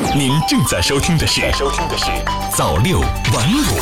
您正在收听的是早六晚五。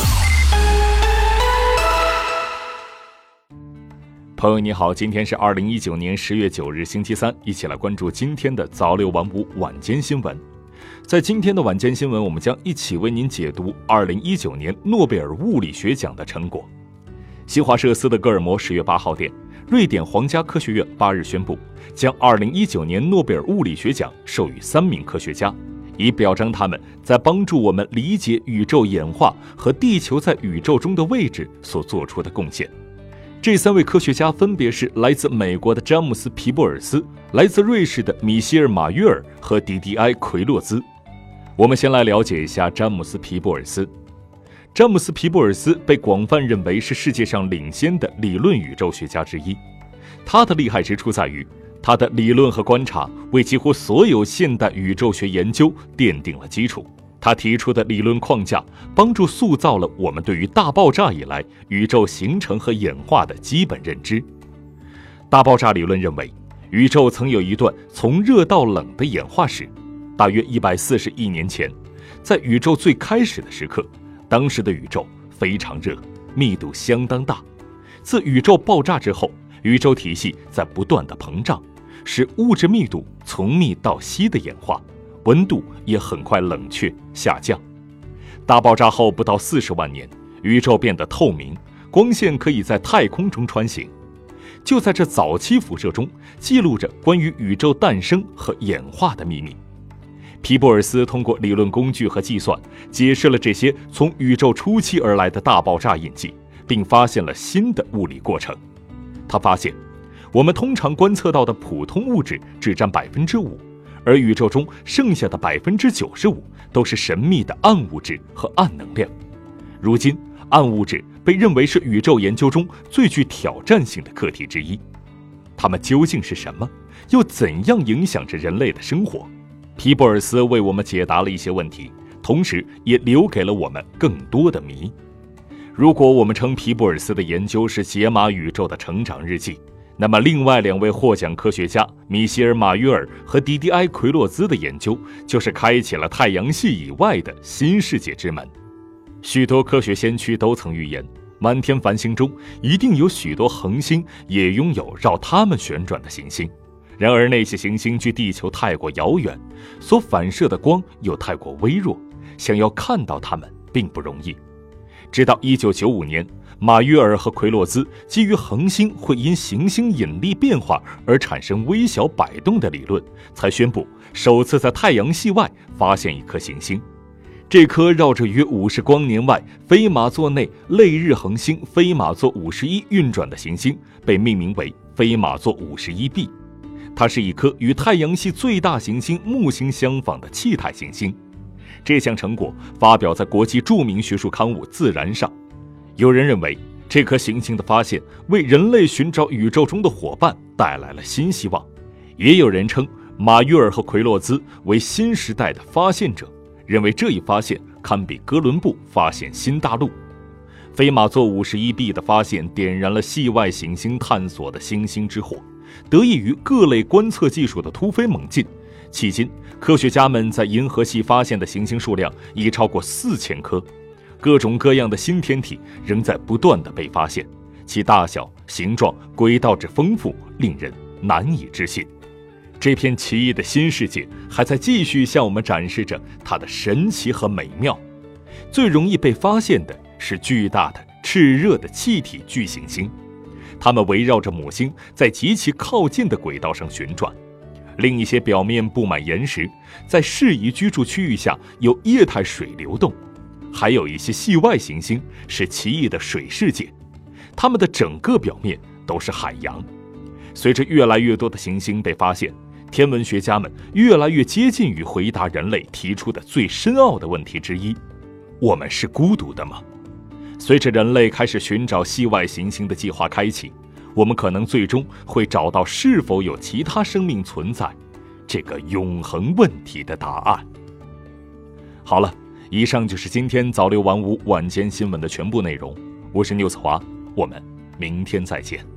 朋友你好，今天是2019年10月9日星期三，一起来关注今天的早六晚五晚间新闻。在今天的晚间新闻，我们将一起为您解读2019年诺贝尔物理学奖的成果。新华社斯德哥尔摩10月8号电，瑞典皇家科学院8日宣布，将2019年诺贝尔物理学奖授予3名科学家，以表彰他们在帮助我们理解宇宙演化和地球在宇宙中的位置所做出的贡献。这3位科学家分别是来自美国的詹姆斯·皮波尔斯，来自瑞士的米歇尔·马约尔和迪迪埃·奎洛兹。我们先来了解一下詹姆斯·皮波尔斯。詹姆斯·皮波尔斯被广泛认为是世界上领先的理论宇宙学家之一。他的厉害之处在于，他的理论和观察为几乎所有现代宇宙学研究奠定了基础。他提出的理论框架帮助塑造了我们对于大爆炸以来宇宙形成和演化的基本认知。大爆炸理论认为，宇宙曾有一段从热到冷的演化史，大约140亿年前，在宇宙最开始的时刻，当时的宇宙非常热，密度相当大。自宇宙爆炸之后，宇宙体系在不断的膨胀，使物质密度从密到稀的演化，温度也很快冷却下降。大爆炸后不到40万年，宇宙变得透明，光线可以在太空中穿行。就在这早期辐射中，记录着关于宇宙诞生和演化的秘密。皮波尔斯通过理论工具和计算，解释了这些从宇宙初期而来的大爆炸印记，并发现了新的物理过程。他发现，我们通常观测到的普通物质只占5%，而宇宙中剩下的95%都是神秘的暗物质和暗能量。如今，暗物质被认为是宇宙研究中最具挑战性的课题之一。它们究竟是什么？又怎样影响着人类的生活？皮波尔斯为我们解答了一些问题，同时也留给了我们更多的谜。如果我们称皮波尔斯的研究是解码宇宙的成长日记，那么另外2位获奖科学家米歇尔·马约尔和迪迪埃·奎洛兹的研究就是开启了太阳系以外的新世界之门。许多科学先驱都曾预言，满天繁星中一定有许多恒星也拥有绕它们旋转的行星。然而那些行星距地球太过遥远，所反射的光又太过微弱，想要看到它们并不容易。直到1995年，马约尔和奎洛兹基于恒星会因行星引力变化而产生微小摆动的理论，才宣布首次在太阳系外发现一颗行星。这颗绕着约50光年外飞马座内类日恒星飞马座51运转的行星被命名为飞马座51b。它是一颗与太阳系最大行星木星相仿的气态行星。这项成果发表在国际著名学术刊物《自然》上。有人认为，这颗行星的发现为人类寻找宇宙中的伙伴带来了新希望。也有人称马约尔和奎洛兹为新时代的发现者，认为这一发现堪比哥伦布发现新大陆。飞马座51b的发现点燃了系外行星探索的星星之火。得益于各类观测技术的突飞猛进，迄今科学家们在银河系发现的行星数量已超过4000颗，各种各样的新天体仍在不断地被发现，其大小、形状、轨道之丰富，令人难以置信。这片奇异的新世界还在继续向我们展示着它的神奇和美妙。最容易被发现的是巨大的、炽热的气体巨行星。它们围绕着母星在极其靠近的轨道上旋转。另一些表面布满岩石，在适宜居住区域下有液态水流动。还有一些系外行星是奇异的水世界，它们的整个表面都是海洋。随着越来越多的行星被发现，天文学家们越来越接近于回答人类提出的最深奥的问题之一：我们是孤独的吗？随着人类开始寻找系外行星的计划开启，我们可能最终会找到是否有其他生命存在这个永恒问题的答案。好了，以上就是今天早6晚5晚间新闻的全部内容。我是 News 华，我们明天再见。